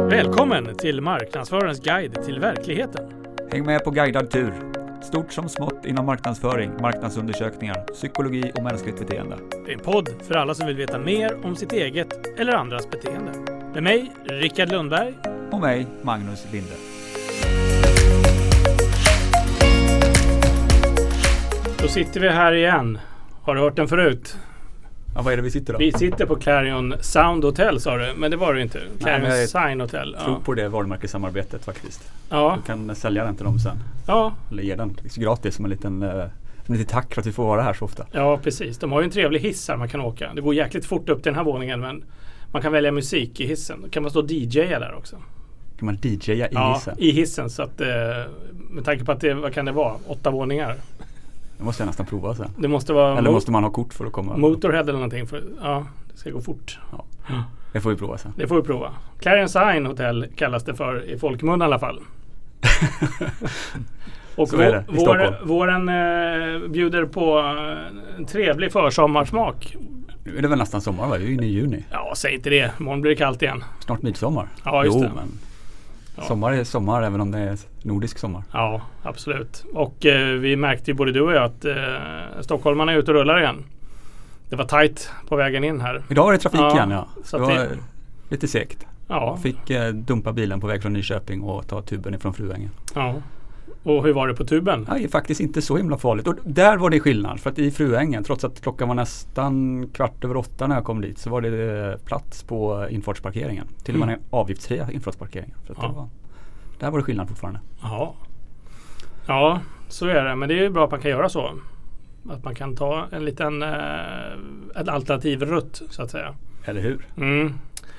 Välkommen till Marknadsförarens guide till verkligheten. Häng med på guidad tur. Stort som smått inom marknadsföring, marknadsundersökningar, psykologi och mänskligt beteende. Det är en podd för alla som vill veta mer om sitt eget eller andras beteende. Med mig, Rickard Lundberg. Och mig, Magnus Linde. Då sitter vi här igen. Har du hört den förut? Ja, vad är det vi sitter då? Vi sitter på Clarion Sound Hotel, sa du. Men det var det inte. Clarion Sign Hotel. Jag tror på det varumärkessamarbetet faktiskt. Ja. Du kan sälja den till dem sen. Ja. Eller ge den gratis som en liten tack för att vi får vara här så ofta. Ja, precis. De har ju en trevlig hiss här man kan åka. Det går jäkligt fort upp till den här våningen, men man kan välja musik i hissen. Då kan man stå och DJa där också. Kan man DJa i hissen? Ja, i hissen. Så att, med tanke på att det, vad kan det vara? 8 våningar. Det måste jag nästan prova sen. Det måste vara eller måste man ha kort för att komma? Motorhead eller någonting. Ja, det ska gå fort. Ja. Det får vi prova sen. Det får vi prova. Clarion Sign Hotel kallas det för i folkmun i alla fall. Och så är det i Stockholm. Våren bjuder på en trevlig försommarsmak. Nu är det väl nästan sommar, va? Det är ju inne i juni. Ja, säg inte det. Imorgon blir det kallt igen. Snart midsommar. Ja, just det. Men sommar är sommar även om det är nordisk sommar. Ja, absolut. Och vi märkte ju både du och jag att stockholmarna är ute och rullar igen. Det var tajt på vägen in här. Idag var det trafik igen, ja. Så det var lite segt. Ja. Fick dumpa bilen på väg från Nyköping och ta tuben ifrån Fruängen. Ja. Och hur var det på tuben? Ja, det är faktiskt inte så himla farligt. Och där var det skillnad. För att i Fruängen, trots att klockan var nästan 7:15 när jag kom dit, så var det plats på infartsparkeringen. Till och med en avgiftsfria infartsparkeringen. Så att där var det skillnad fortfarande. Jaha. Ja, så är det. Men det är ju bra att man kan göra så. Att man kan ta en liten en alternativ rutt, så att säga. Eller hur? Mm.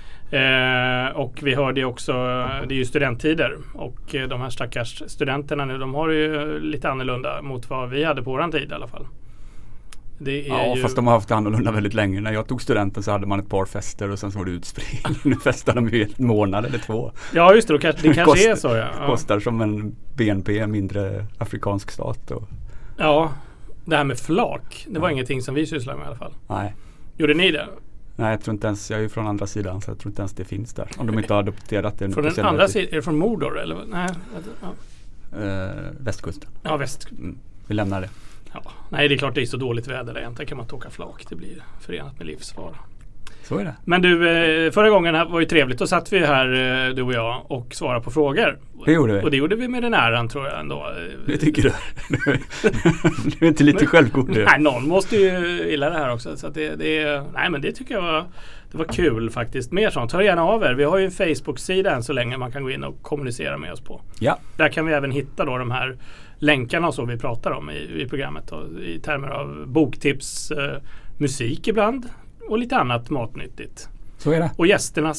Och vi hörde ju också, det är ju studenttider och de här stackars studenterna nu, de har ju lite annorlunda mot vad vi hade på våran tid i alla fall. Det är fast de har haft det annorlunda väldigt länge. När jag tog studenten så hade man ett par fester och sen så var det utspring. Nu festar de ju en månad eller 2. Ja, just det. Det kanske är så, ja. Kostar som en BNP, mindre afrikansk stat. Ja, det här med flak, det var ingenting som vi sysslade med i alla fall. Nej. Gjorde ni det? Nej, jag tror inte ens, jag är ju från andra sidan så jag tror inte ens det finns där. Om de inte har adopterat det. Från den andra sidan, är det från Mordor eller? Nej. Ja. Västkusten. Ja, vi lämnar det. Ja. Nej, det är klart det är så dåligt väder där egentligen kan man inte åka flak. Det blir förenat med livsfara. Så är det. Men du, förra gången var ju trevligt. Då satt vi här, du och jag, och svarade på frågor. Det gjorde vi. Och det gjorde vi med den äran, tror jag ändå. Det tycker du? Du är inte lite självgod. Nej, någon måste ju gilla det här också. Så att nej, men det tycker jag det var kul faktiskt. Mer sånt. Hör gärna av er. Vi har ju en Facebook-sida än så länge man kan gå in och kommunicera med oss på. Ja. Där kan vi även hitta då de här länkarna så vi pratar om i programmet. Då, i termer av boktips, musik ibland. Och lite annat matnyttigt. Så är det. Och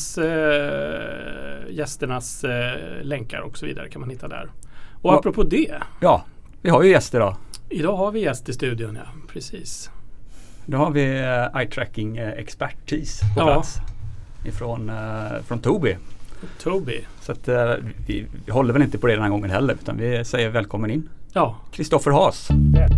gästernas länkar och så vidare kan man hitta där. Och apropå det. Ja, vi har ju gäster då. Idag har vi gäst i studion, ja. Precis. Då har vi eye-tracking expertis på plats. Från Tobii. Tobii. Så att vi håller väl inte på det den här gången heller utan vi säger välkommen in. Ja. Kristoffer Haas.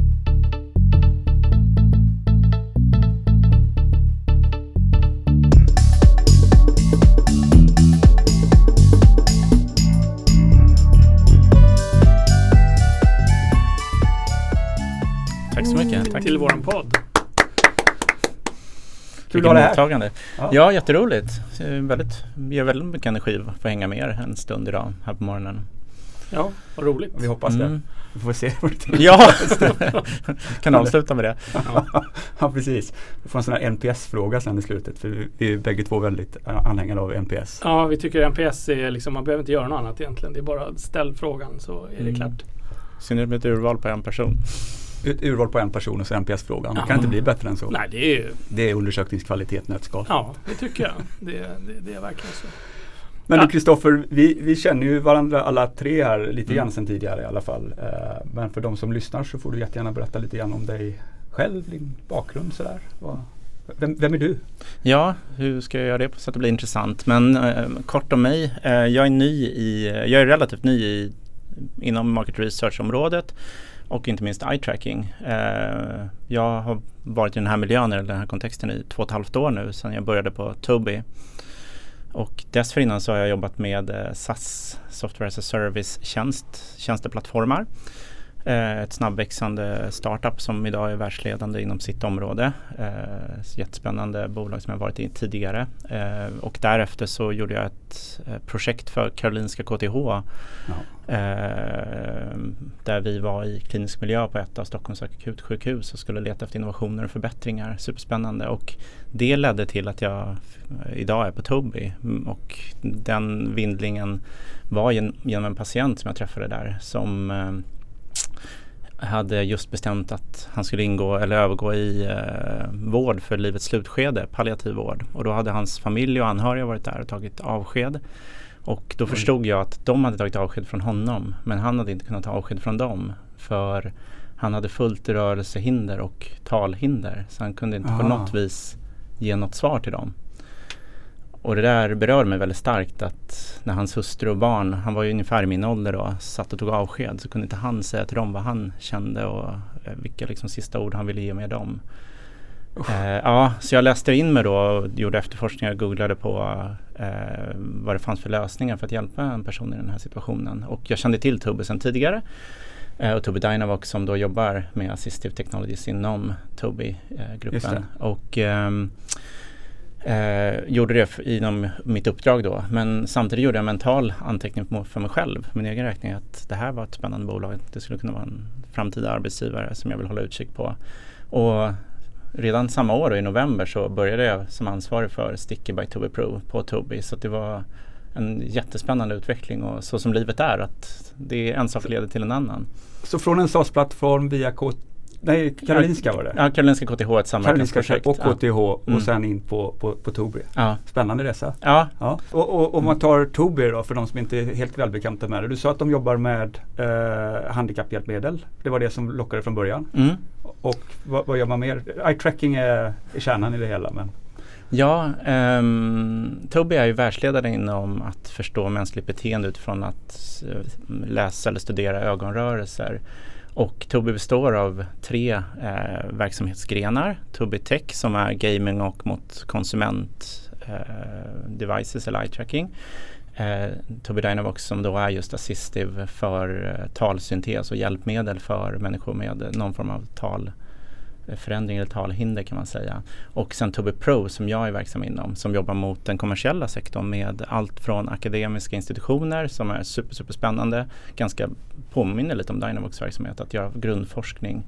Tack så mycket. Tack till våran podd. Kul att ha det här. Mottagande. Ja, jätteroligt. Vi har väldigt mycket energi för att hänga med er en stund idag här på morgonen. Ja, vad roligt. Vi hoppas det. Vi får se vad det Ja, kan avsluta med det. Ja, precis. Vi får en sån här NPS-fråga sen i slutet. För vi är bägge två väldigt anhängare av NPS. Ja, vi tycker NPS är liksom, man behöver inte göra något annat egentligen. Det är bara ställ frågan så är det klart. Synd med ett urval på en person. Ett urval på en person och så NPS-frågan. Det kan inte bli bättre än så. Nej, det är undersökningskvalitet nötskal. Ja, det tycker jag. Det är verkligen så. Men du Kristoffer, vi känner ju varandra alla tre här lite grann sedan tidigare i alla fall. Men för de som lyssnar så får du jättegärna berätta lite grann om dig själv, din bakgrund sådär. Vem är du? Ja, hur ska jag göra det på så att det blir intressant? Men kort om mig. Jag är relativt ny inom market research-området. Och inte minst eye-tracking. Jag har varit i den här miljön, eller den här kontexten i 2,5 år nu sedan jag började på Tobii. Och dessförinnan så har jag jobbat med SaaS, Software as a Service, tjänsteplattformar. Ett snabbväxande startup som idag är världsledande inom sitt område. Jättespännande bolag som jag varit i tidigare. Och därefter så gjorde jag ett projekt för Karolinska KTH. Där vi var i klinisk miljö på ett av Stockholms akutsjukhus och skulle leta efter innovationer och förbättringar. Superspännande. Och det ledde till att jag idag är på Tobii. Och den vindlingen var genom en patient som jag träffade där som hade just bestämt att han skulle övergå i vård för livets slutskede, palliativ vård. Och då hade hans familj och anhöriga varit där och tagit avsked. Och då förstod jag att de hade tagit avsked från honom, men han hade inte kunnat ta avsked från dem. För han hade fullt rörelsehinder och talhinder. Så han kunde inte på något vis ge något svar till dem. Och det där berör mig väldigt starkt att när hans hustru och barn, han var ju ungefär i min ålder då, satt och tog avsked, så kunde inte han säga till dem vad han kände och vilka liksom sista ord han ville ge med dem. Så jag läste in mig då och gjorde efterforskningar och googlade på vad det fanns för lösningar för att hjälpa en person i den här situationen. Och jag kände till Tobii sedan tidigare. Och Tobii Dynavox som då jobbar med Assistive Technologies inom Tobii-gruppen. Och gjorde det inom mitt uppdrag då. Men samtidigt gjorde jag en mental anteckning för mig själv, min egen räkning, att det här var ett spännande bolag. Det skulle kunna vara en framtida arbetsgivare som jag vill hålla utkik på. Och redan samma år då, i november så började jag som ansvarig för Sticky by Tobii Pro på Tobii. Så det var en jättespännande utveckling och så som livet är, att det är en sak leder till en annan. Så från en SaaS-plattform via Karolinska var det? Ja, Karolinska KTH, ett samverkansprojekt. Och KTH och sen in på Tobii. Ja. Spännande resa. Ja. Och om man tar Tobii då, för de som inte är helt välbekanta med det. Du sa att de jobbar med handikapphjälpmedel. Det var det som lockade från början. Och vad gör man mer? Eye-tracking är kärnan i det hela. Men. Ja, Tobii är ju världsledare inom att förstå mänskligt beteende utifrån att läsa eller studera ögonrörelser. Och Tobii består av 3 verksamhetsgrenar. Tobii Tech som är gaming och mot konsument devices eller eye tracking. Tobii Dynavox som då är just assistive för talsyntes och hjälpmedel för människor med någon form av talförändring eller talhinder kan man säga. Och sen Tobii Pro som jag är verksam inom, som jobbar mot den kommersiella sektorn med allt från akademiska institutioner som är superspännande, ganska påminner lite om Dynavox verksamhet, att göra grundforskning.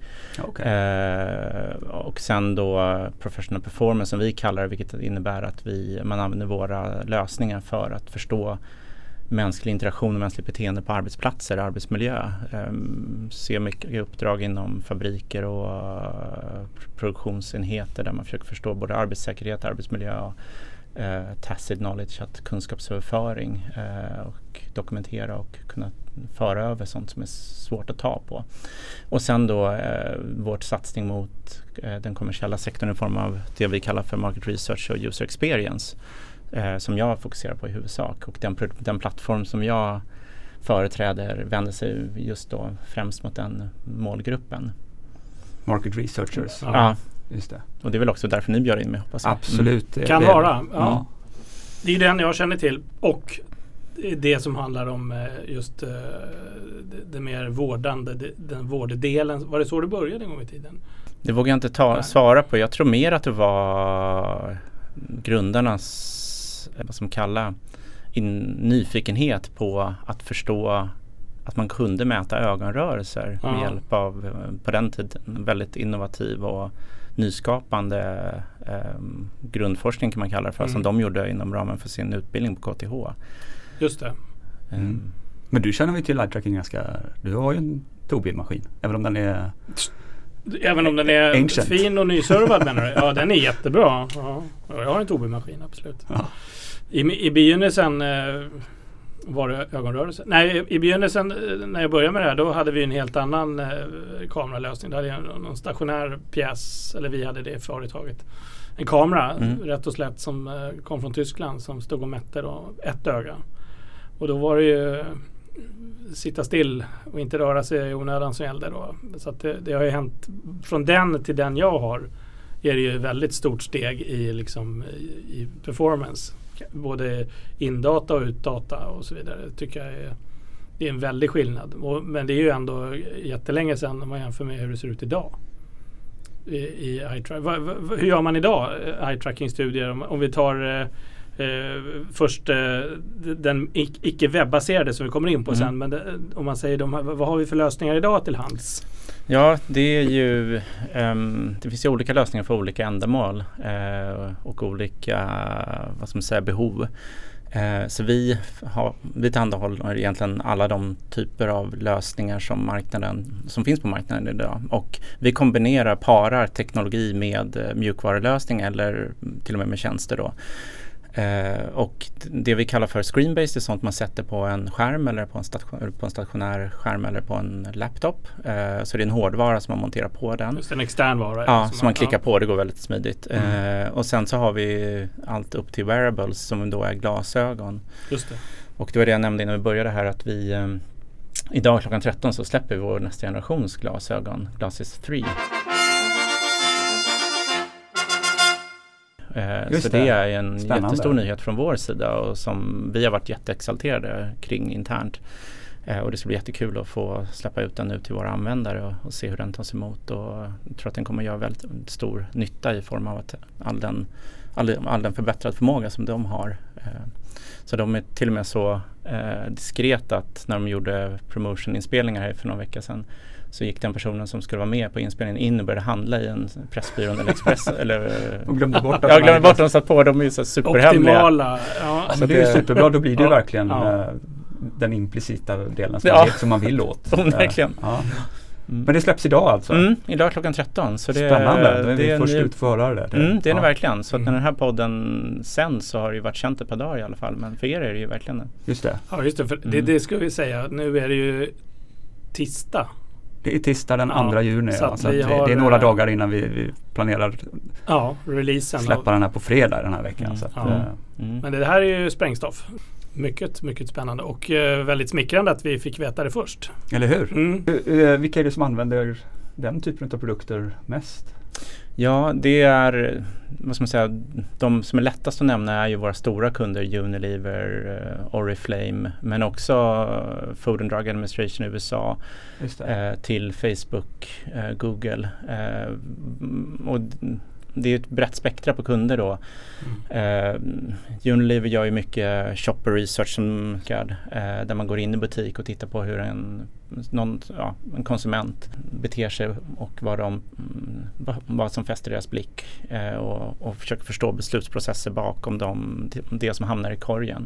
Och sen då professional performance som vi kallar det, vilket innebär att man använder våra lösningar för att förstå mänsklig interaktion och mänskligt beteende på arbetsplatser, arbetsmiljö. Ser mycket uppdrag inom fabriker och produktionsenheter där man försöker förstå både arbetssäkerhet, arbetsmiljö och tacit knowledge, att kunskapsöverföring och dokumentera och kunna föra över sånt som är svårt att ta på. Och sen då vårt satsning mot den kommersiella sektorn i form av det vi kallar för market research och user experience som jag fokuserar på i huvudsak. Och den plattform som jag företräder vänder sig just då främst mot den målgruppen. Market researchers. Ja. Just det. Och det är väl också därför ni bjöd in mig, hoppas jag. Absolut. Kan vara. Ja. Det är den jag känner till. Och det som handlar om just det mer vårdande, den vårddelen. Var det så det började en gång i tiden? Det vågar jag inte svara på. Jag tror mer att det var grundarnas vad som kallar nyfikenhet på att förstå att man kunde mäta ögonrörelser med hjälp av på den tiden väldigt innovativ och nyskapande grundforskning kan man kalla det för, som de gjorde inom ramen för sin utbildning på KTH. Just det. Men du känner ju till eye tracking ganska, du har ju en Tobii-maskin, även om den är ancient. Fin och nyservad menar du? Ja, den är jättebra. Ja, jag har en Tobii-maskin, absolut. Ja. I begynnelsen var det ögonrörelse. Nej, i begynnelsen när jag började med det här, då hade vi en helt annan kameralösning. Då hade jag någon stationär pjäs, eller vi hade det i företaget. En kamera, rätt och slätt, som kom från Tyskland, som stod och mätte då ett öga. Och då var det ju sitta still och inte röra sig i onödan som gällde då. Så att det har ju hänt, från den till den jag har, är det ju väldigt stort steg i performance. både indata och utdata och så vidare. Det tycker jag det är en väldig skillnad. Men det är ju ändå jättelänge sedan om man jämför med hur det ser ut idag i eye-tracking. Hur gör man idag eye-tracking-studier? Om vi tar först den icke-webbaserade som vi kommer in på sen. Men om man säger vad har vi för lösningar idag till hands? Ja, det är ju det finns ju olika lösningar för olika ändamål och olika behov. Så vi tillhandahåller egentligen alla de typer av lösningar som finns på marknaden idag. Och vi parar teknologi med mjukvarulösning eller till och med tjänster då. Och det vi kallar för screen-based är sånt man sätter på en skärm eller på en stationär skärm eller på en laptop. Så det är en hårdvara som man monterar på den. Just en extern vara. Ja, som man klickar på. Det går väldigt smidigt. Och sen så har vi allt upp till wearables som då är glasögon. Just det. Och det var det jag nämnde innan vi började här att vi idag klockan 13 så släpper vi vår nästa generations glasögon, Glasses 3. Så det är en jättestor nyhet från vår sida och som vi har varit jätteexalterade kring internt. Och det ska bli jättekul att få släppa ut den nu till våra användare och se hur den tas emot. Och jag tror att den kommer göra väldigt stor nytta i form av att all den förbättrad förmåga som de har. Så de är till och med så diskreta att när de gjorde promotion-inspelningar här för några veckor sedan så gick den personen som skulle vara med på inspelningen in och började handla i en Pressbyrån eller Express och glömde bort att jag glömde bort att de satt på. De är ju så superhemliga. Optimala. Ja. Så det är ju superbra. Då blir det verkligen den implicita delen som man vill åt. Verkligen. Men det släpps idag alltså? Idag klockan 13. Så spännande. Då är vi först ut för att höra det. Det är det verkligen. Så att när den här podden sen så har det ju varit känt ett par dagar i alla fall. Men för er är det ju verkligen det. Just det. Ja, just det. För det ska vi säga. Nu är det ju tisdag. Det är tisdag den 2 juni. Så det är några dagar innan vi planerar releasen släppa den här på fredag den här veckan. Så att, Men det här är ju sprängstoff. Mycket, mycket spännande och väldigt smickrande att vi fick veta det först. Eller hur? Vilka är det som använder den typen av produkter mest? Ja, det är, de som är lättast att nämna är ju våra stora kunder Unilever, Oriflame, men också Food and Drug Administration i USA till Facebook, Google. Och det är ett brett spektra på kunder då. Unilever gör ju mycket shopper research där man går in i butik och tittar på hur en konsument beter sig och vad som fäster deras blick och försöker förstå beslutsprocesser bakom det som hamnar i korgen.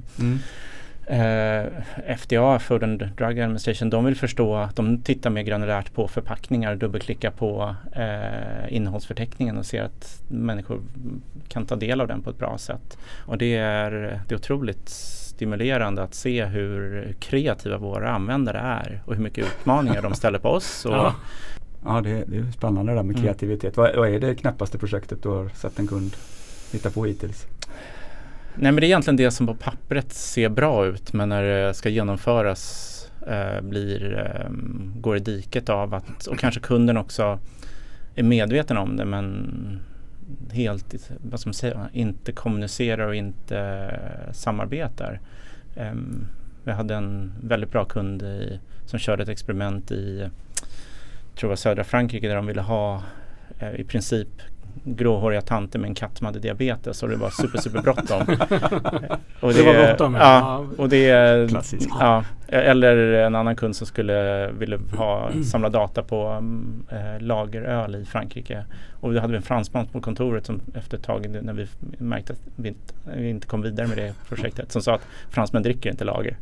FDA, Food and Drug Administration, de vill förstå, de tittar mer granulärt på förpackningar, dubbelklickar på innehållsförteckningen och ser att människor kan ta del av den på ett bra sätt. Och det är otroligt stimulerande att se hur kreativa våra användare är och hur mycket utmaningar de ställer på oss. Ja, det är spännande det där med kreativitet. Vad är det knappaste projektet du har sett en kund hitta på hittills? Nej, men det är egentligen det som på pappret ser bra ut, men när det ska genomföras går i diket av att, och kanske kunden också är medveten om det, men helt, inte kommunicerar och inte samarbetar. Vi hade en väldigt bra kund som körde ett experiment i, tror jag, södra Frankrike, där de ville ha i princip gråhåriga tanter med en katt som hade diabetes, och det var super bråttom. Och det var bråttom. Och det är klassiskt. Eller en annan kund som ville samla data på lageröl i Frankrike. Och då hade vi en fransman på kontoret som efter ett tag, när vi märkte att vi inte kom vidare med det projektet, som sa att fransmän dricker inte lager.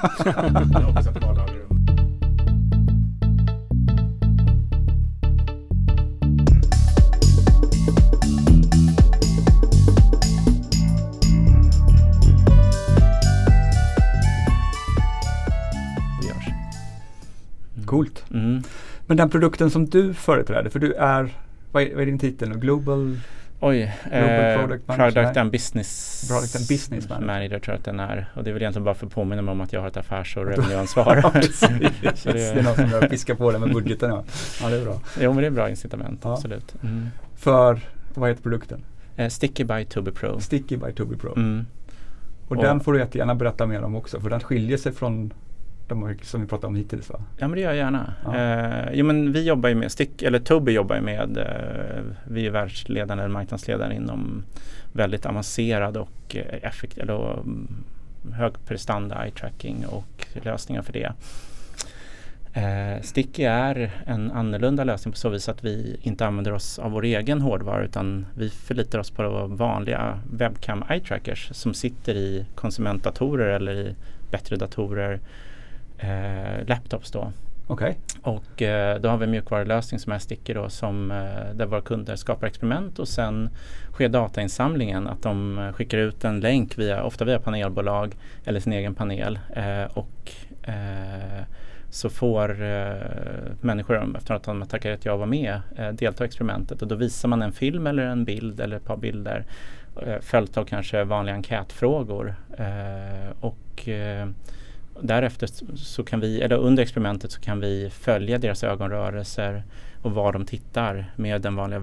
Coolt. Men den produkten som du företräder, för du är, vad är din titel nu? Global Product and Business Manager tror jag att den är. Och det är väl egentligen bara för att påminna mig om att jag har ett affärs- och revenue-ansvar. Det är någon som jag piskar på det med budgeten. Ja, det är bra. Jo, men det är bra incitament, absolut. För, vad heter produkten? Sticky by Tobii Pro. Sticky by Tobii Pro. Och den får du jättegärna berätta mer om också, för den skiljer sig från de som vi pratade om hittills, va? Ja, men det gör jag gärna. Ja. Men vi jobbar ju med, Tobii jobbar ju med, vi är världsledande marknadsledare inom väldigt avancerad och högprestanda eye-tracking och lösningar för det. Sticky är en annorlunda lösning på så vis att vi inte använder oss av vår egen hårdvara, utan vi förlitar oss på vanliga webcam eye-trackers som sitter i konsumentdatorer eller i bättre datorer, laptops då. Okay. Och då har vi en mjukvarulösning som är Sticky då, där våra kunder skapar experiment och sen sker datainsamlingen, att de skickar ut en länk ofta via panelbolag eller sin egen panel och så får människor, efter att de har tackat ja och vara med, delta i experimentet, och då visar man en film eller en bild eller ett par bilder följt av kanske vanliga enkätfrågor och därefter så kan vi, eller under experimentet så kan vi följa deras ögonrörelser och var de tittar med den vanliga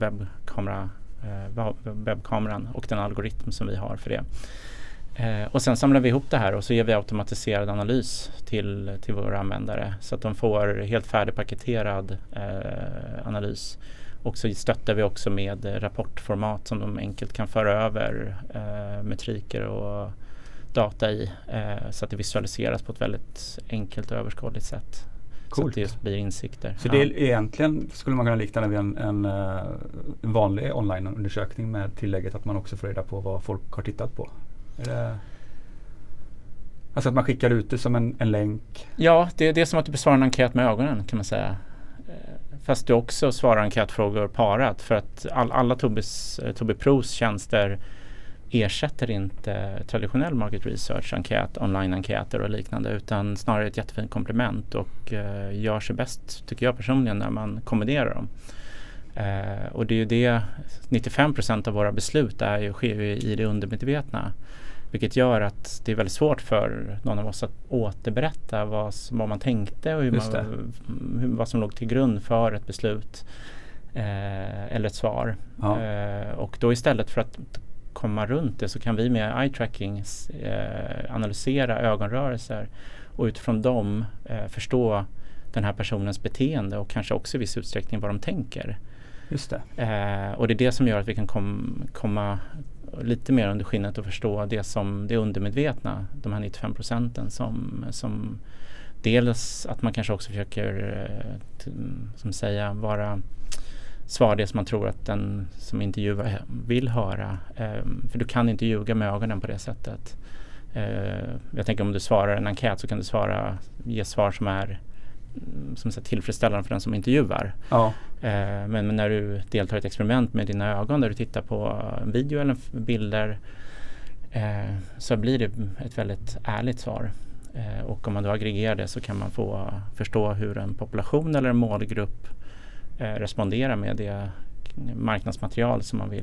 webbkameran och den algoritm som vi har för det. Och sen samlar vi ihop det här och så ger vi automatiserad analys till våra användare så att de får helt färdigpaketerad analys. Och så stöttar vi också med rapportformat som de enkelt kan föra över metriker och data i så att det visualiseras på ett väldigt enkelt och överskådligt sätt. Coolt. Så att det just blir insikter. Så det är egentligen, skulle man kunna likna det vid en vanlig online-undersökning med tillägget att man också får reda på vad folk har tittat på? Alltså att man skickar ut det som en länk? Ja, det är som att du besvarar en enkät med ögonen, kan man säga. Fast du också svarar enkätfrågor parat, för att alla Tobii Pros tjänster ersätter inte traditionell market research, online-enkäter och liknande, utan snarare ett jättefint komplement och gör sig bäst, tycker jag personligen, när man kombinerar dem. Och det är ju det, 95% av våra beslut sker ju i det undermedvetna, vilket gör att det är väldigt svårt för någon av oss att återberätta vad man tänkte och vad som låg till grund för ett beslut eller ett svar. Ja. Och då istället för att komma runt det så kan vi med eye-tracking analysera ögonrörelser och utifrån dem förstå den här personens beteende och kanske också i viss utsträckning vad de tänker. Just det. Och det är det som gör att vi kan komma lite mer under skinnet och förstå det undermedvetna, de här 95% som dels att man kanske också försöker svara det som man tror att den som intervjuar vill höra. För du kan inte ljuga med ögonen på det sättet. Jag tänker om du svarar en enkät så kan du ge svar som är tillfredsställande för den som intervjuar. Ja. Men när du deltar i ett experiment med dina ögon där du tittar på en video eller bilder så blir det ett väldigt ärligt svar. Och om man då aggregerar det så kan man få förstå hur en population eller en målgrupp responderar med det marknadsmaterial som man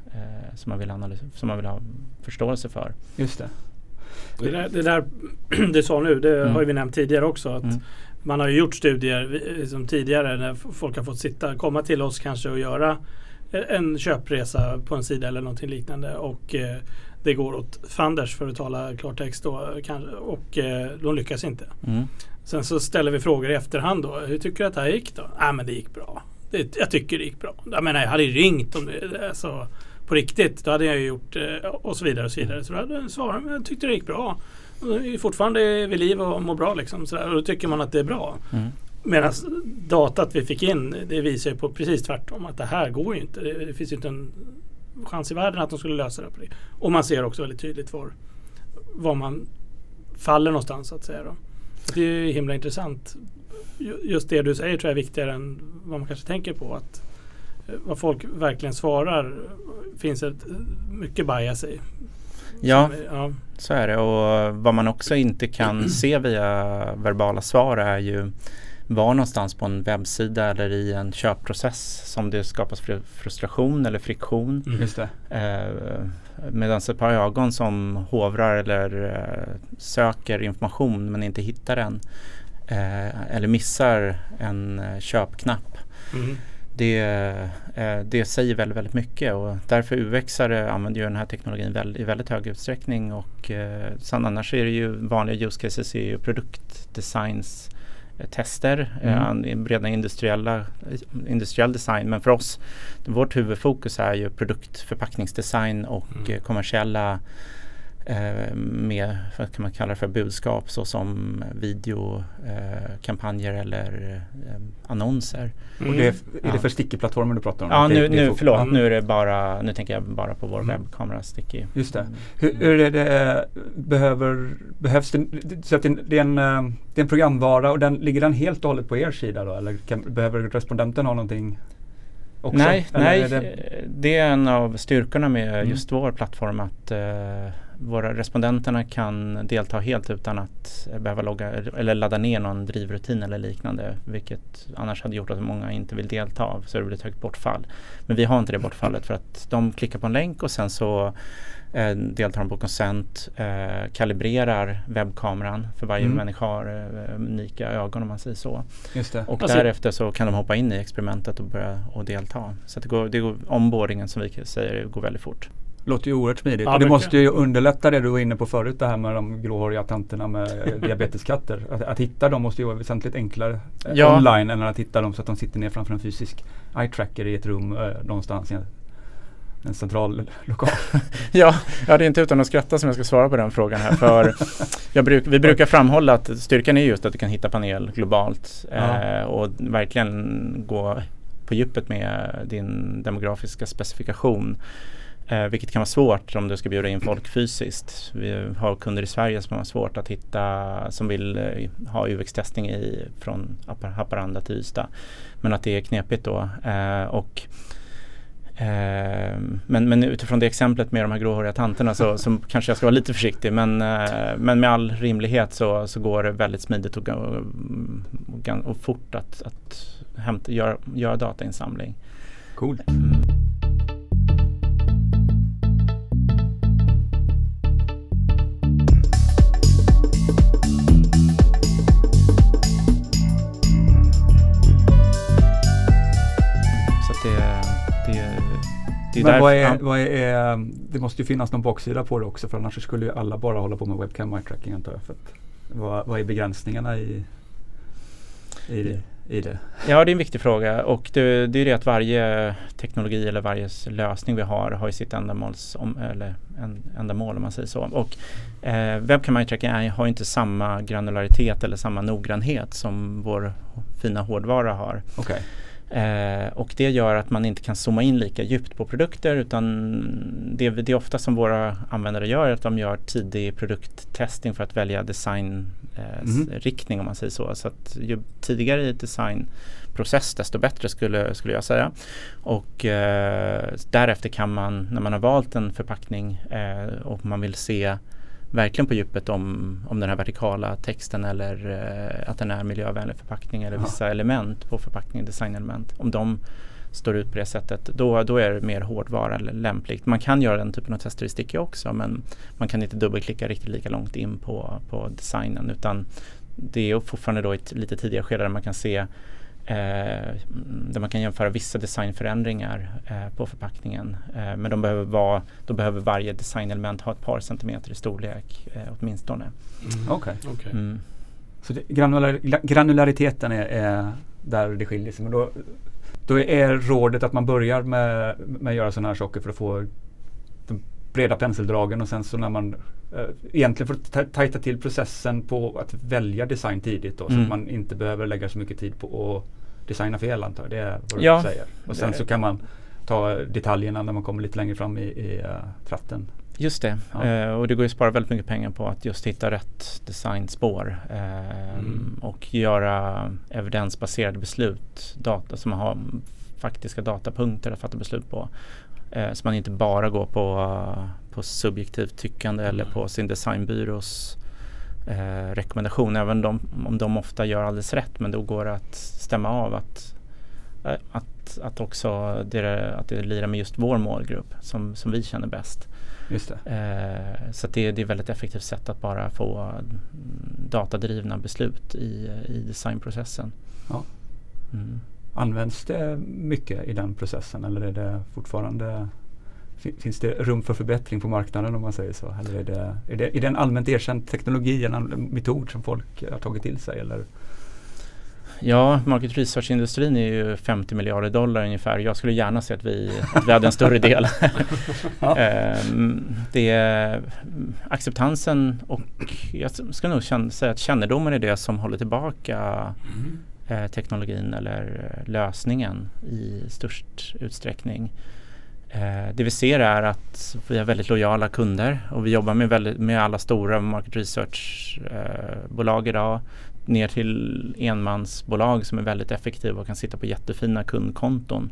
vill ha förståelse för. Just det. Det där du sa nu, det har vi nämnt tidigare också, att man har ju gjort studier som tidigare när folk har fått komma till oss kanske och göra en köpresa på en sida eller någonting liknande, och det går åt fanders, för att tala klartext då, och de lyckas inte. Sen så ställer vi frågor i efterhand då, hur tycker du att det här gick då? Men det gick bra. Jag tycker det gick bra. Jag menar, jag hade ju ringt om det, alltså, på riktigt, då hade jag ju gjort och så vidare och så vidare. Så då hade jag svarat, men jag tyckte det gick bra. Och är fortfarande vid liv och mår bra liksom, sådär. Och då tycker man att det är bra. Medan datat vi fick in, det visar ju på precis tvärtom, att det här går ju inte. Det finns ju inte en chans i världen att de skulle lösa det på det. Och man ser också väldigt tydligt var man faller någonstans, så att säga då. Så det är ju himla intressant. Just det du säger tror jag är viktigare än vad man kanske tänker på, att vad folk verkligen svarar finns ett mycket bias i. Ja, så är det. Och vad man också inte kan se via verbala svar är ju var någonstans på en webbsida eller i en köpprocess som det skapas frustration eller friktion. Just det. Medan ett par ögon som hovrar eller söker information men inte hittar den eller missar en köpknapp. det säger väldigt, väldigt mycket, och därför UX-are använder ju den här teknologin i väldigt hög utsträckning, och sen annars är det ju vanliga use cases är ju produktdesigns tester, breda industriell design, men för oss, vårt huvudfokus är ju produktförpackningsdesign och kommersiella med, vad kan man kalla det för, budskap såsom videokampanjer eller annonser. Och är det för Sticky-plattformen du pratar om? Ja, nu är det bara, nu tänker jag bara på vår webbkamera Sticky. Just det. Hur är det, behövs det, så att det är en programvara, och ligger den helt och hållet på er sida då? Eller behöver respondenten ha någonting också? Nej, det är en av styrkorna med just vår plattform, att våra respondenterna kan delta helt utan att behöva logga eller ladda ner någon drivrutin eller liknande, vilket annars hade gjort att många inte vill delta av, så det blir ett högt bortfall. Men vi har inte det bortfallet, för att de klickar på en länk och sen så deltar de på consent, kalibrerar webbkameran, för varje människa har unika ögon, om man säger så. Just det. Och därefter så kan de hoppa in i experimentet och börja och delta. Så att det går onboardingen, som vi säger, går väldigt fort. Låter ju oerhört smidigt. Ja, och det måste ju underlätta det du var inne på förut, det här med de gråhåriga tanterna med diabeteskatter. Att hitta dem måste ju vara väsentligt enklare online än att hitta dem så att de sitter ner framför en fysisk eye-tracker i ett rum någonstans i en central lokal. Ja, det är inte utan att skratta som jag ska svara på den frågan här. För vi brukar framhålla att styrkan är just att du kan hitta panel globalt och verkligen gå på djupet med din demografiska specifikation. Vilket kan vara svårt om du ska bjuda in folk fysiskt. Vi har kunder i Sverige som har svårt att hitta, som vill ha UX-testning från Haparanda till Ystad. Men att det är knepigt då. Men utifrån det exemplet med de här gråhåriga tanterna så kanske jag ska vara lite försiktig. Men med all rimlighet så går det väldigt smidigt och fort att göra datainsamling. Cool. Men det måste ju finnas någon baksida på det också, för annars skulle ju alla bara hålla på med webcam eye tracking, antar jag. För att, vad är begränsningarna i det? Ja, det är en viktig fråga, och det är det att varje teknologi eller varje lösning vi har ju sitt ändamål, om man säger så. Och webcam eye tracking har inte samma granularitet eller samma noggrannhet som vår fina hårdvara har. Okay. Och det gör att man inte kan zooma in lika djupt på produkter, utan det är ofta som våra användare gör, att de gör tidig produkttesting för att välja designriktning, om man säger så. Så att ju tidigare i designprocess, desto bättre skulle jag säga. Och därefter kan man, när man har valt en förpackning och man vill se verkligen på djupet om den här vertikala texten, eller att den är miljövänlig förpackning, eller vissa element på förpackningen, designelement, om de står ut på det sättet, då är det mer hårdvara eller lämpligt. Man kan göra den typen av tester i Sticky också, men man kan inte dubbelklicka riktigt lika långt in på designen, utan det är fortfarande då ett lite tidigare skede där man kan se där man kan jämföra vissa designförändringar på förpackningen, men då behöver varje designelement ha ett par centimeter i storlek åtminstone. Okej. Så granulariteten är där det skiljer sig, men då är rådet att man börjar med att göra sådana här saker för att få de breda penseldragen, och sen så när man egentligen för att tajta till processen på att välja design tidigt då, så att man inte behöver lägga så mycket tid på att designa fel, antar jag. Det är vad du säger. Och sen så kan man ta detaljerna när man kommer lite längre fram i tratten. Just det. Och det går ju att spara väldigt mycket pengar på att just hitta rätt designspår och göra evidensbaserade beslut, data som har faktiska datapunkter att fatta beslut på. Så man inte bara går på subjektivt tyckande eller på sin designbyrås rekommendation, även om de ofta gör alldeles rätt, men då går det att stämma av att också att det lirar med just vår målgrupp som vi känner bäst. Just det. Så att det är ett väldigt effektivt sätt att bara få datadrivna beslut i designprocessen. Ja. Används det mycket i den processen eller är det fortfarande finns det rum för förbättring på marknaden om man säger så? Eller är det en allmänt erkänd teknologi, en metod som folk har tagit till sig? Eller? Ja, market research-industrin är ju $50 miljarder ungefär. Jag skulle gärna se att vi hade en större del. Acceptansen och jag ska nog säga att kännedomen är det som håller tillbaka teknologin eller lösningen i störst utsträckning. Det vi ser är att vi har väldigt lojala kunder och vi jobbar med alla stora market research-bolag idag ner till enmansbolag som är väldigt effektiva och kan sitta på jättefina kundkonton.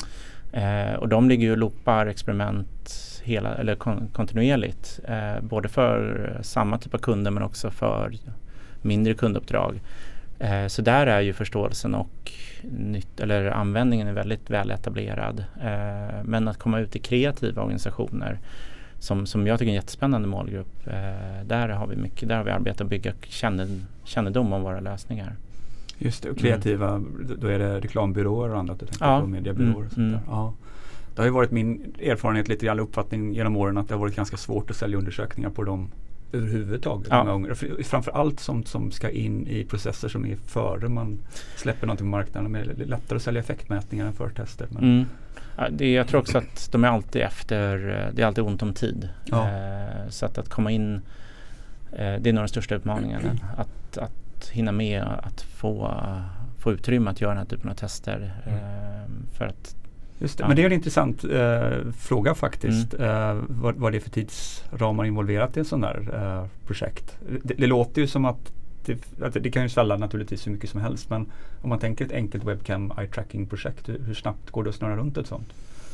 Och de ligger ju och loopar experiment kontinuerligt. Både för samma typ av kunder men också för mindre kunduppdrag. Så där är ju förståelsen och användningen är väldigt väl etablerad. Men att komma ut i kreativa organisationer som jag tycker är en jättespännande målgrupp. Där har vi arbetat och bygga kännedom om våra lösningar. Just det, och kreativa, då är det reklambyråer och annat, du tänker på mediebyråer och sånt där. Ja. Det har ju varit min erfarenhet, lite grann uppfattning genom åren att det har varit ganska svårt att sälja undersökningar på dem överhuvudtaget. Många gånger. Framförallt som ska in i processer som är före man släpper någonting på marknaden. Det är lättare att sälja effektmätningar än förtester. Men jag tror också att de är alltid det är alltid ont om tid. Så att komma in, det är nog den största utmaningen. Att hinna med att få utrymme att göra den här typen av tester. För att just det. Men det är en intressant fråga faktiskt. Vad det är för tidsramar involverat i en sån där projekt. Det låter ju som att det kan ju svälla naturligtvis hur mycket som helst, men om man tänker ett enkelt webcam eye-tracking-projekt, hur snabbt går det att snurra runt ett sånt?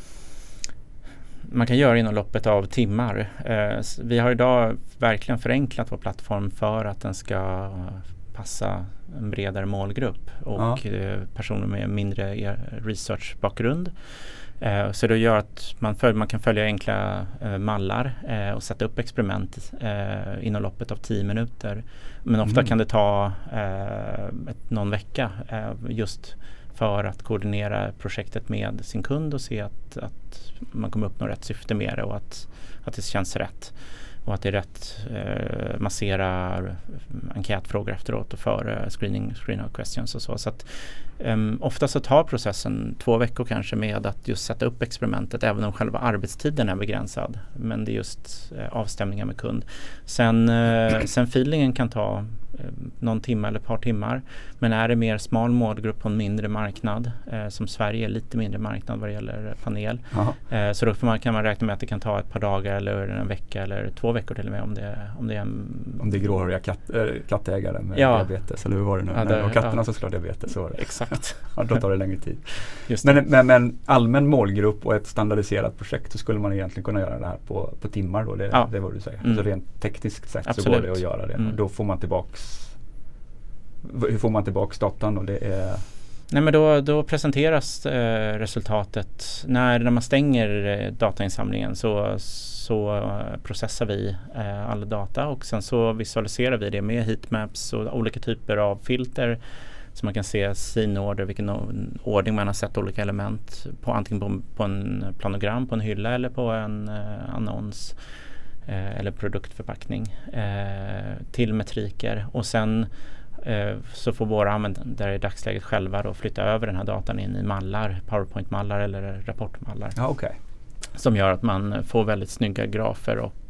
Man kan göra inom loppet av timmar. Vi har idag verkligen förenklat vår plattform för att den ska passa en bredare målgrupp och personer med mindre research-bakgrund. Så det gör att man kan följa enkla mallar och sätta upp experiment inom loppet av 10 minuter. Men ofta kan det ta någon vecka just för att koordinera projektet med sin kund och se att man kommer uppnå rätt syfte med det och att det känns rätt. Och att det är rätt massera enkätfrågor efteråt och före screen out questions och så. Så att ofta så tar processen 2 veckor kanske med att just sätta upp experimentet, även om själva arbetstiden är begränsad. Men det är just avstämningar med kund. Sen feelingen kan ta någon timme eller ett par timmar. Men är det mer smal målgrupp på en mindre marknad, som Sverige är lite mindre marknad vad det gäller panel. Så då kan man räkna med att det kan ta ett par dagar eller en vecka eller 2 veckor till och med om det är gråhåriga kattägare med diabetes eller hur var det nu? Och katterna som skulle ha diabetes, så var det. Exakt. Då tar det längre tid. Just men allmän målgrupp och ett standardiserat projekt, så skulle man egentligen kunna göra det här på timmar då, det är vad du säger. Alltså rent tekniskt sett. Absolut. Så går det att göra det. Då får man hur får man tillbaks datan då? Det är... Nej, men då presenteras resultatet när man stänger datainsamlingen, så processar vi all data och sen så visualiserar vi det med heatmaps och olika typer av filter så man kan se sin order, vilken ordning man har sett olika element på, antingen på en planogram på en hylla eller på en annons eller produktförpackning till metriker, och sen så får våra användare i dagsläget själva då flytta över den här datan in i mallar, PowerPoint-mallar eller rapportmallar. Som gör att man får väldigt snygga grafer och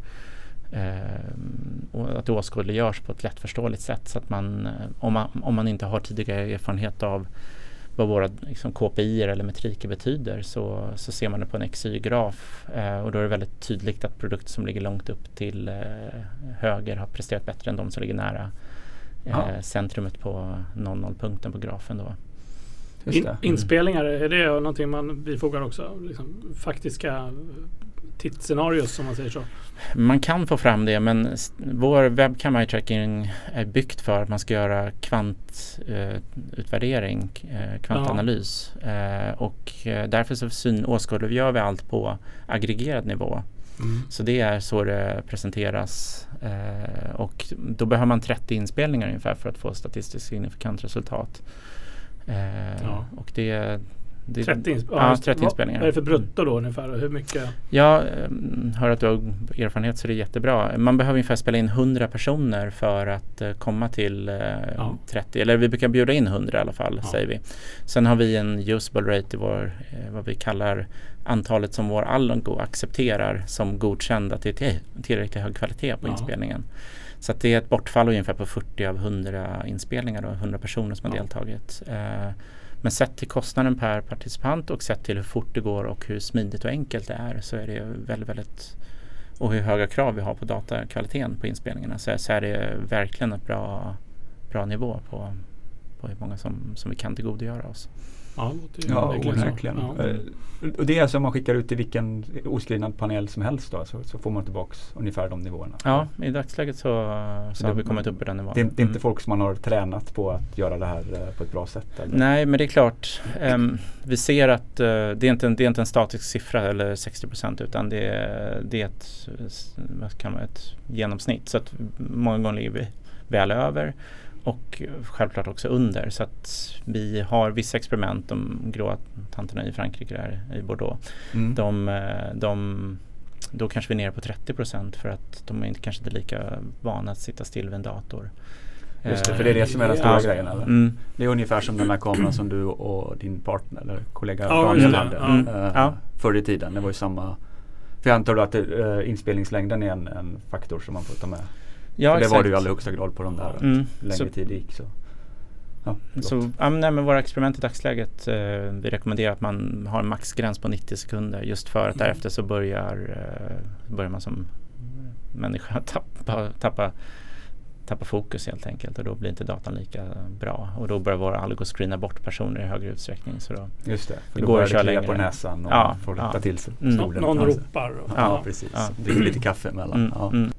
att det åskådliggörs på ett lättförståeligt sätt, så att man om man inte har tidigare erfarenhet av vad våra KPI eller metriker betyder, så ser man det på en XY-graf och då är det väldigt tydligt att produkter som ligger långt upp till höger har presterat bättre än de som ligger nära centrumet på 00-punkten på grafen då. Inspelningar, är det någonting man bifogar också? Liksom, faktiska tittscenarios som man säger så? Man kan få fram det, men vår webcam eye tracking är byggt för att man ska göra kvantutvärdering, kvantanalys. Och därför så åskådliggör vi allt på aggregerad nivå. Så det är så det presenteras och då behöver man 30 inspelningar ungefär för att få statistiskt signifikant resultat. Och det 30 inspelningar. Vad är det för brutto då ungefär? Hur mycket? Jag hör att du har erfarenhet, så det är jättebra. Man behöver ungefär spela in 100 personer för att komma till 30. Eller vi brukar bjuda in 100 i alla fall, säger vi. Sen har vi en usable rate i vår, vad vi kallar antalet som vår algo accepterar som godkända till tillräckligt hög kvalitet på inspelningen. Så att det är ett bortfall ungefär på 40 av 100 inspelningar och 100 personer som har deltagit. Men sett till kostnaden per participant och sett till hur fort det går och hur smidigt och enkelt det är, så är det väldigt och hur höga krav vi har på datakvaliteten på inspelningarna, så är det verkligen ett bra nivå på hur många som vi kan tillgodogöra oss. Verkligen. Och det är alltså om man skickar ut till vilken oskrivnad panel som helst då, så får man tillbaks ungefär de nivåerna. Ja, i dagsläget så har vi kommit upp i den nivån. Det är inte folk som man har tränat på att göra det här på ett bra sätt? Eller? Nej, men det är klart. Vi ser att det är inte en statisk siffra eller 60%, utan det är ett genomsnitt. Så att många gånger ligger vi väl över. Och självklart också under, så att vi har vissa experiment, de gråa tanterna i Frankrike där i Bordeaux, då kanske vi är nere på 30% för att de är kanske inte lika vana att sitta still vid en dator. Just det, för det är det som är den stora grejen, eller? Det är ungefär som den här kameran som du och din partner eller kollega Daniel hade förr i tiden. Det var ju samma, för jag antar att inspelningslängden är en faktor som man får ta med. Ja, det var det ju i allra högsta grad på de där längre tid det gick. Men våra experiment i dagsläget, vi rekommenderar att man har en maxgräns på 90 sekunder just för att därefter så börjar man som människa tappa fokus helt enkelt, och då blir inte datan lika bra, och då börjar våra algor screena bort personer i högre utsträckning, så då just det, för då går det att köra på näsan och får rätta till sig. Någon ropar. Ja, precis. Dricker lite kaffe emellan.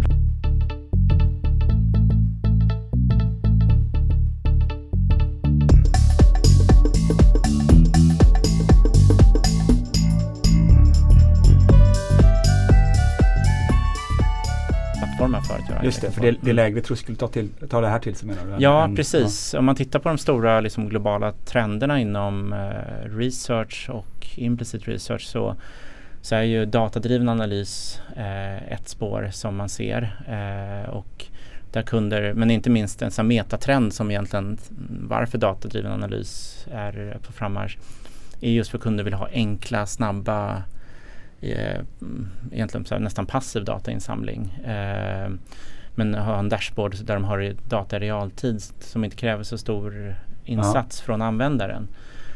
Just det, för det är lägre tröskel ta det här till sig, menar du? Ja, precis. Om man tittar på de stora globala trenderna inom research och implicit research, så är ju datadriven analys ett spår som man ser, och där kunder, men inte minst en sån metatrend som egentligen varför datadriven analys är på frammarsch, är just för kunder vill ha enkla, snabba, egentligen så här, nästan passiv datainsamling, men ha en dashboard där de har data i realtid som inte kräver så stor insats från användaren.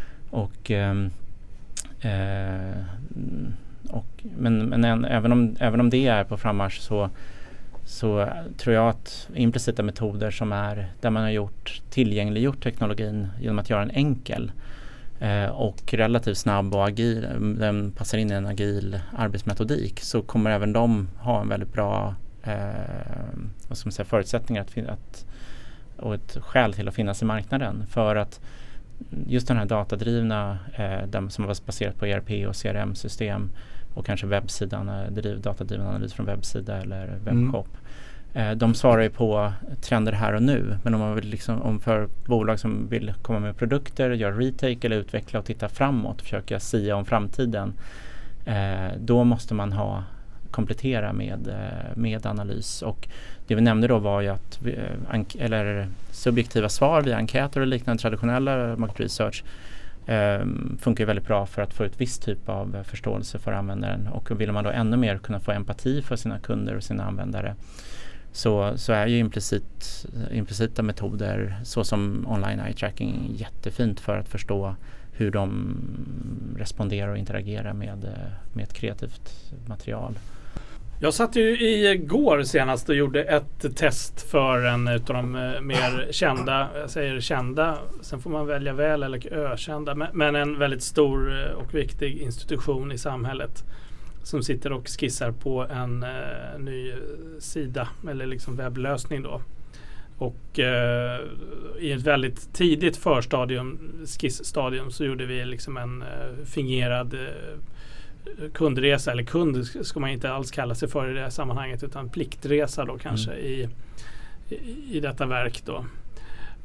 Men även om det är på frammarsch, så tror jag att implicita metoder som är där man har tillgängliggjort teknologin genom att göra den enkel och relativt snabb och agil, den passar in i en agil arbetsmetodik, så kommer även de ha en väldigt bra förutsättningar och ett skäl till att finnas i marknaden, för att just den här datadrivna som var baserat på ERP och CRM-system och kanske webbsidan, datadriven analys från webbsida eller webbshop. De svarar ju på trender här och nu, men om man vill om för bolag som vill komma med produkter, göra retake eller utveckla och titta framåt, försöka sia om framtiden, då måste man komplettera med analys. Och det vi nämnde då var ju att subjektiva svar via enkäter och liknande traditionella market research funkar ju väldigt bra för att få ut viss typ av förståelse för användaren, och vill man då ännu mer kunna få empati för sina kunder och sina användare, så är ju implicita metoder såsom online eye tracking jättefint för att förstå hur de responderar och interagerar med ett kreativt material. Jag satt ju igår senast och gjorde ett test för en utav de mer kända, jag säger kända, sen får man välja väl eller ökända, men en väldigt stor och viktig institution i samhället som sitter och skissar på en ny sida eller webblösning då. Och i ett väldigt tidigt skissstadium så gjorde vi en fingerad kundresa, eller kund ska man inte alls kalla sig för i det här sammanhanget, utan pliktresa då kanske i detta verk då.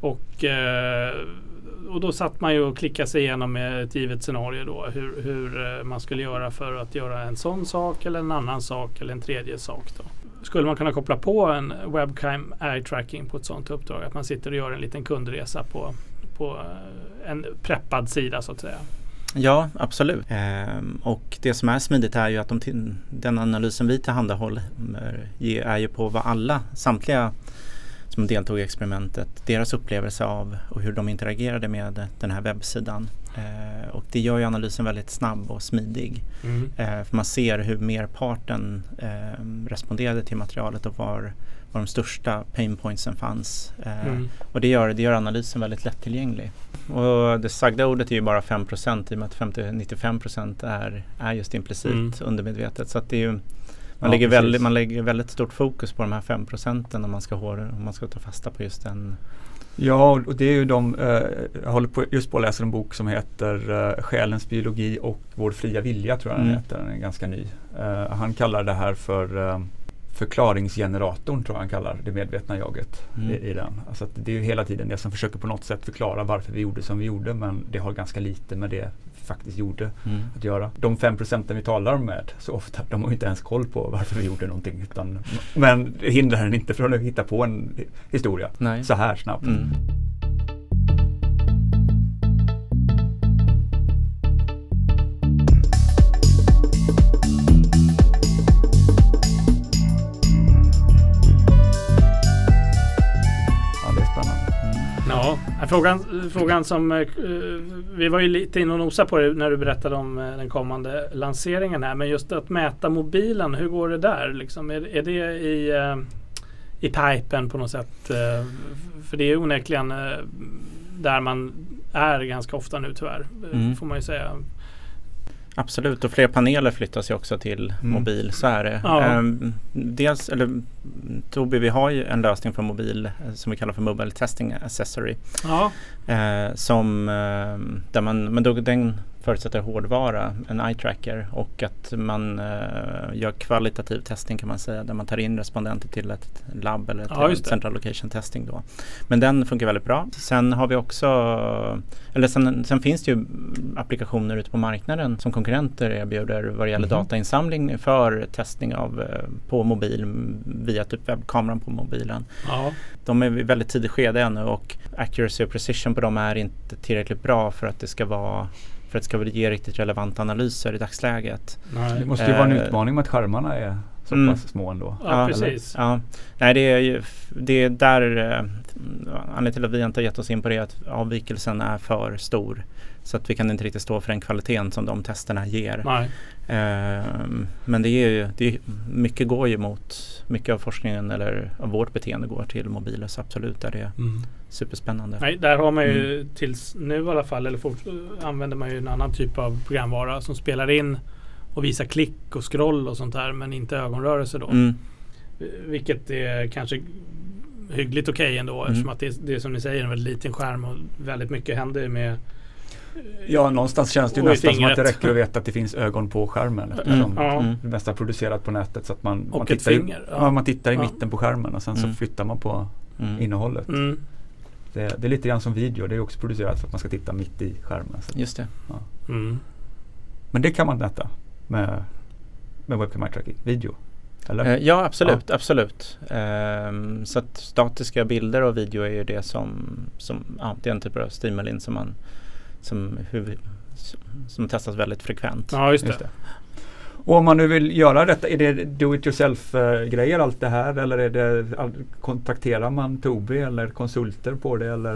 Och då satt man ju och klickade sig igenom med ett givet scenario då hur man skulle göra för att göra en sån sak eller en annan sak eller en tredje sak då. Skulle man kunna koppla på en webcam eye tracking på ett sånt uppdrag, att man sitter och gör en liten kundresa på en preppad sida så att säga? Ja, absolut. Och det som är smidigt är ju att den analysen vi tillhandahåller är ju på vad samtliga som deltog i experimentet, deras upplevelse av och hur de interagerade med den här webbsidan. Och det gör ju analysen väldigt snabb och smidig. För man ser hur merparten responderade till materialet och var de största pain pointsen fanns. Och det gör analysen väldigt lättillgänglig. Och det sagda ordet är ju bara 5% i och med att 95% är just implicit undermedvetet. Så att det är ju man lägger väldigt stort fokus på de här 5% om man ska ta fasta på just den. Ja, och det är ju jag håller just på att läsa en bok som heter Själens biologi och vår fria vilja, tror jag den heter. Den är ganska ny. Han kallar det här för förklaringsgeneratorn, tror jag han kallar det medvetna jaget i den. Alltså att det är ju hela tiden det som försöker på något sätt förklara varför vi gjorde som vi gjorde, men det har ganska lite med det vi faktiskt gjorde att göra. De 5% vi talar med så ofta, de har inte ens koll på varför vi gjorde någonting, men det hindrar den inte från att hitta på en historia så här snabbt. Ja, frågan som vi var ju lite inne och nosade på det när du berättade om den kommande lanseringen här, men just att mäta mobilen, hur går det där? Liksom, är det i pipen på något sätt? För det är onekligen där man är ganska ofta nu tyvärr, får man ju säga. Absolut, och fler paneler flyttas ju också till mobil, så är det. Ja. Tobii, vi har ju en lösning för mobil som vi kallar för Mobile Testing Accessory. Ja. Den förutsätter hårdvara, en eye tracker, och att man gör kvalitativ testing, kan man säga, där man tar in respondenter till ett labb eller till central location testing då. Men den funkar väldigt bra. Sen har vi också, sen finns det ju applikationer ute på marknaden som konkurrenter erbjuder vad det gäller datainsamling för testning på mobil via typ webbkameran på mobilen. Ja. De är i väldigt tidigt skede ännu, och accuracy och precision på dem är inte tillräckligt bra för att det ska ge riktigt relevanta analyser i dagsläget. Nej. Det måste ju vara en utmaning med att skärmarna är så pass små ändå. Ja, precis. Ja. Nej, det är där anledningen till att vi inte har gett oss in på det, att avvikelsen är för stor. Så att vi kan inte riktigt stå för den kvaliteten som de testerna ger. Nej. Men mycket går ju mot, mycket av forskningen eller av vårt beteende går till mobiler, så absolut där det är superspännande. Nej, där har man ju tills nu i alla fall, använder man ju en annan typ av programvara som spelar in och visar klick och scroll och sånt där, men inte ögonrörelse då. Vilket är kanske hyggligt okej ändå, eftersom att det är som ni säger en väldigt liten skärm och väldigt mycket händer med. Ja, någonstans känns det ju nästan som att det räcker att veta att det finns ögon på skärmen, eftersom det mesta är producerat på nätet, så att man tittar i mitten på skärmen och sen så flyttar man på innehållet. Det är lite grann som video, det är också producerat för att man ska titta mitt i skärmen. Så. Just det. Ja. Men det kan man mäta med webcam eye tracking, video. Eller? Ja, absolut. Så att statiska bilder och video är ju det som det är en typ av stimulin som testas väldigt frekvent. Ja, just det. Och om man nu vill göra detta, är det do-it-yourself-grejer allt det här, eller kontakterar man Tobii eller konsulter på det, eller?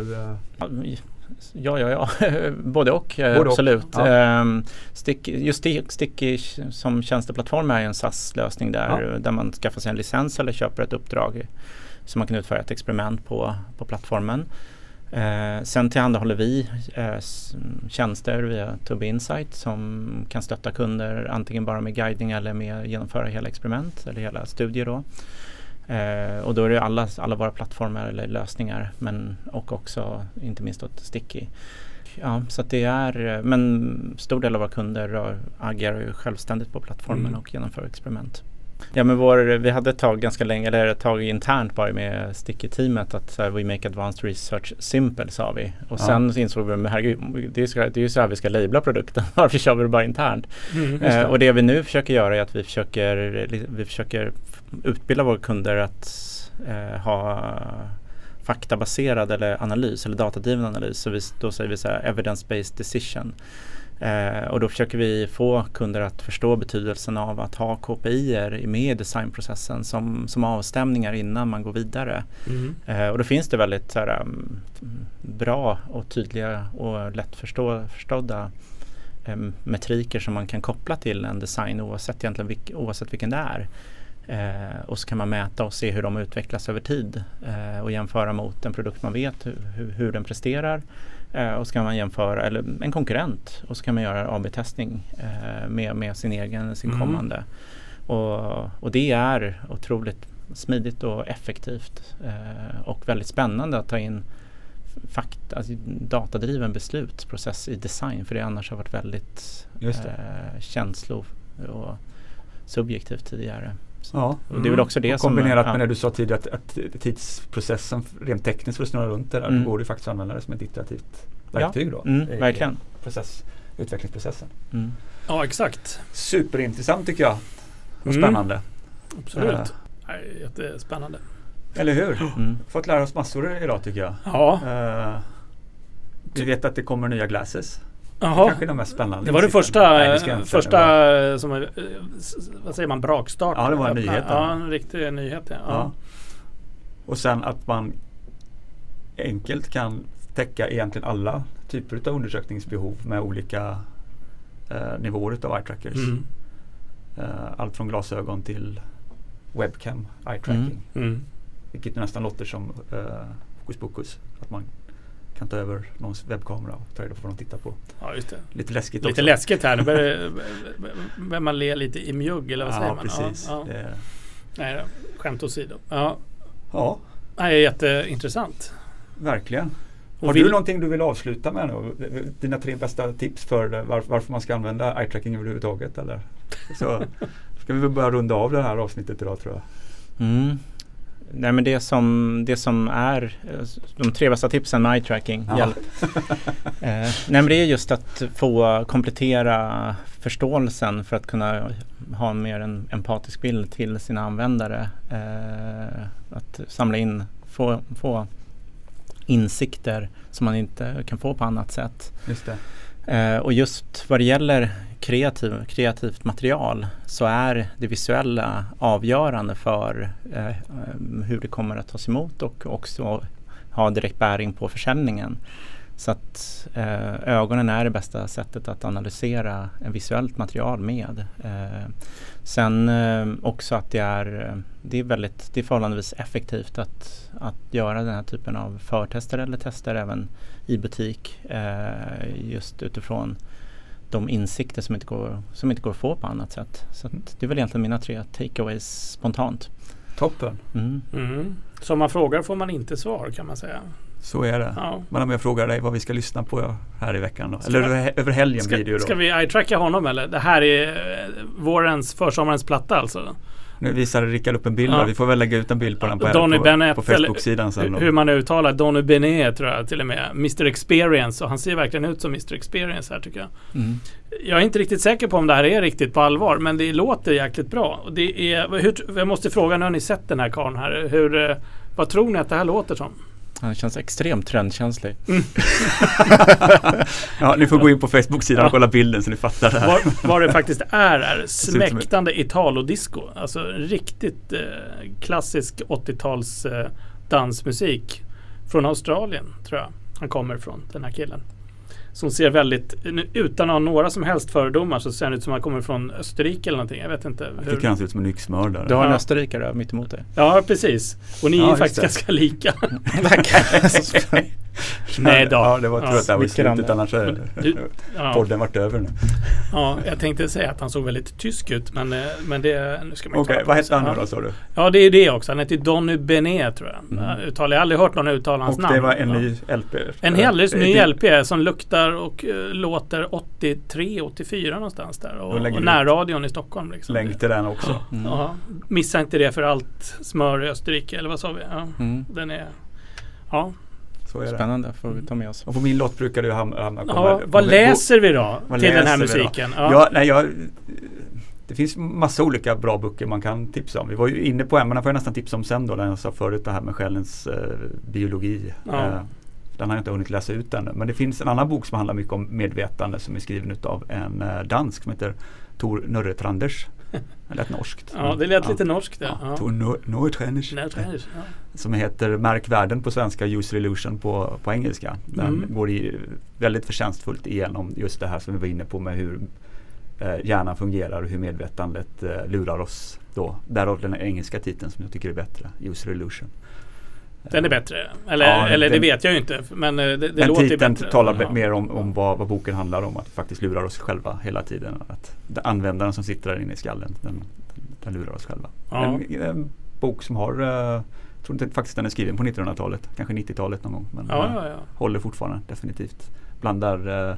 Ja. Både och, absolut. Ja. Sticky som tjänsteplattform är en SaaS-lösning där man skaffar sig en licens eller köper ett uppdrag så man kan utföra ett experiment på plattformen. Sen tillhandahåller vi tjänster via Tobii Insight som kan stötta kunder antingen bara med guidning eller med att genomföra hela experiment eller hela studier då. Och då är det alla våra plattformar eller lösningar, och också inte minst åt Sticky. Ja, så att det är, men stor del av våra kunder agerar ju självständigt på plattformen och genomför experiment. Ja, men vi hade ett tag ganska länge, eller ett tag internt bara med Sticky-teamet att så här, we make advanced research simple, sa vi. Och sen så insåg vi, men herregud, det är ju så här vi ska labla produkten. Varför kör vi det bara internt? Och det vi nu försöker göra är att vi försöker utbilda våra kunder att ha faktabaserad eller analys eller datadriven analys. Så då säger vi så här evidence-based decision. Och då försöker vi få kunder att förstå betydelsen av att ha KPI:er med i designprocessen som avstämningar innan man går vidare. Och då finns det väldigt så här, bra och tydliga och lätt förstådda metriker som man kan koppla till en design oavsett vilken det är. Och så kan man mäta och se hur de utvecklas över tid och jämföra mot en produkt man vet hur den presterar. Och så kan man jämföra, eller en konkurrent, och så kan man göra AB-testning med sin kommande. Och det är otroligt smidigt och effektivt och väldigt spännande att ta in alltså datadriven beslutsprocess i design, för det annars har varit väldigt känslo- och subjektivt tidigare. Ja. Och det är väl också det som kombinerat med när du sa tidigare att tidsprocessen rent tekniskt för att snurra runt det där, då går det faktiskt att använda det som ett iterativt verktyg då. Verkligen. Utvecklingsprocessen. Ja, exakt. Superintressant tycker jag. Och spännande. Absolut. Jättespännande. Eller hur? Fått lära oss massor idag tycker jag. Ja. Vi vet att det kommer nya glasses. Jaha. Kanske de mest spännande. Det var det första som, vad säger man, brakstart. Ja, det var en nyhet. Ja, en riktig nyhet. Ja. Och sen att man enkelt kan täcka egentligen alla typer av undersökningsbehov med olika nivåer av eye trackers. Allt från glasögon till webcam eye tracking. Vilket nästan låter som hokus pokus. Att man kan ta över någons webbkamera och ta reda på vad de tittar på. Ja, just det. Lite läskigt också. Lite läskigt här. Nu börjar man le lite i mjugg, eller vad säger man? Precis. Ja, precis. Nej då, skämt åsido. Ja. Ja. Det är jätteintressant. Verkligen. Har du någonting du vill avsluta med nu? Dina 3 bästa tips för varför man ska använda eye tracking överhuvudtaget? Eller? Så ska vi väl börja runda av det här avsnittet idag, tror jag. Nej, men det som är de 3 bästa tipsen med eye tracking, hjälp. Nej, men det är just att få komplettera förståelsen för att kunna ha mer en empatisk bild till sina användare. Att samla in, få insikter som man inte kan få på annat sätt. Just det. Och just vad det gäller kreativt material så är det visuella avgörande för hur det kommer att tas emot och också ha direkt bäring på försäljningen. Så att ögonen är det bästa sättet att analysera en visuellt material med. Sen också att det är förhållandevis effektivt att göra den här typen av förtester eller tester även i butik just utifrån de insikter som inte går att få på annat sätt. Så att det är väl egentligen mina 3 takeaways spontant. Toppen. Så om man frågar får man inte svar, kan man säga. Så är det. Ja. Men om jag frågar dig vad vi ska lyssna på här i veckan då? Eller över helgen blir det ju då. Ska vi eye-tracka honom eller? Det här är försommarens platta alltså? Nu visar Rickard upp en bild. Vi får väl lägga ut en bild på den på Facebook-sidan sen. Hur man uttalar Donny Benet, tror jag till och med. Mr. Experience, och han ser verkligen ut som Mr. Experience här, tycker jag. Jag är inte riktigt säker på om det här är riktigt på allvar, men det låter jäkligt bra. Och det är, jag måste fråga, när har ni sett den här karln här? Vad tror ni att det här låter som? Han känns extremt trendkänslig. Ja, ni får gå in på Facebook-sidan och kolla bilden så ni fattar det här. Vad det faktiskt är smäktande Italo-disco. Alltså riktigt klassisk 80-tals dansmusik från Australien, tror jag. Han kommer från, den här killen. Som ser väldigt, utan att ha några som helst fördomar, så ser han ut som att han kommer från Österrike eller någonting. Jag vet inte. Jag tycker han ser ut som en yxmördare. Du har en österrikare mitt emot dig. Ja, precis. Och ni är faktiskt ganska lika. Nej då. Ja, det var tur att det var i slutet, annars podden varit över nu. Ja, jag tänkte säga att han såg väldigt tysk ut, men det nu ska man Okej, vad hette han nu då, sa du? Ja, det är det också. Han heter Donny Benet, tror jag. Jag har aldrig hört någon uttala hans namn. Och det var en ny LP? En helt ny LP som luktar och låter 83-84 någonstans där. Och närradion i Stockholm. Liksom. Länk till den också. Ja, missa inte det för allt smör i Österrike, eller vad sa vi? Ja, den är... Ja. Så är det. Spännande, får vi ta med oss. Och på min lott brukar du hamna... Vad läser vi då till den här musiken? Det finns massa olika bra böcker man kan tipsa om. Vi var ju inne på en, men den får jag nästan tipsa om sen då, när jag sa förut det här med själens biologi. Den har jag inte hunnit läsa ut ännu. Men det finns en annan bok som handlar mycket om medvetande som är skriven av en dansk som heter Tor Nørretranders. Det lät norskt. Ja, det lät lite norskt. Tor Nørretranders. Som heter Märk världen på svenska, User Illusion på engelska. Den går väldigt förtjänstfullt igenom just det här som vi var inne på med hur hjärnan fungerar och hur medvetandet lurar oss då. Därav den engelska titeln som jag tycker är bättre, User Illusion. Den är bättre, eller det vet jag ju inte, men det låter bättre. Den titeln talar mer om vad boken handlar om, att vi faktiskt lurar oss själva hela tiden. Att användaren som sitter där inne i skallen, den lurar oss själva. En bok som har, jag tror inte faktiskt den är skriven på 1900-talet, kanske 90-talet någon gång, men håller fortfarande definitivt. Blandar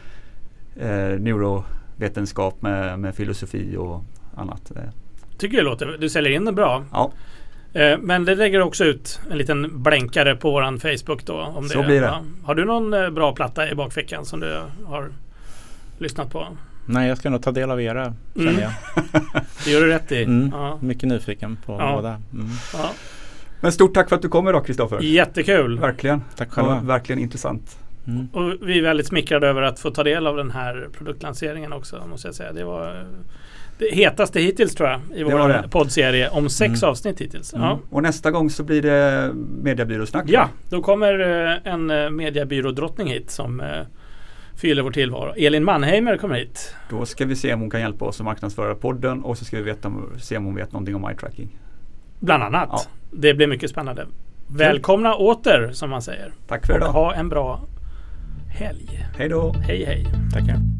neurovetenskap med filosofi och annat. Tycker du säljer in den bra. Ja. Men det lägger också ut en liten blänkare på våran Facebook då. Om så blir det. Ja. Har du någon bra platta i bakfickan som du har lyssnat på? Nej, jag ska nog ta del av era, känner jag. Det gör du rätt i. Mycket nyfiken på båda. Ja. Men stort tack för att du kommer idag, Kristoffer. Jättekul. Verkligen. Tack själva. Verkligen intressant. Och vi är väldigt smickrade över att få ta del av den här produktlanseringen också, måste jag säga. Det var det hetaste hittills, tror jag, i vår poddserie om 6 avsnitt hittills. Ja. Och nästa gång så blir det mediebyråsnack. Ja, då kommer en mediebyrådrottning hit som fyller vår tillvaro. Elin Mannheimer kommer hit. Då ska vi se om hon kan hjälpa oss att marknadsföra podden, och så ska vi se om hon vet någonting om eye-tracking. Bland annat. Ja. Det blir mycket spännande. Välkomna åter, som man säger. Tack för idag. Och ha en bra helg. Hej då. Hej, hej. Tackar.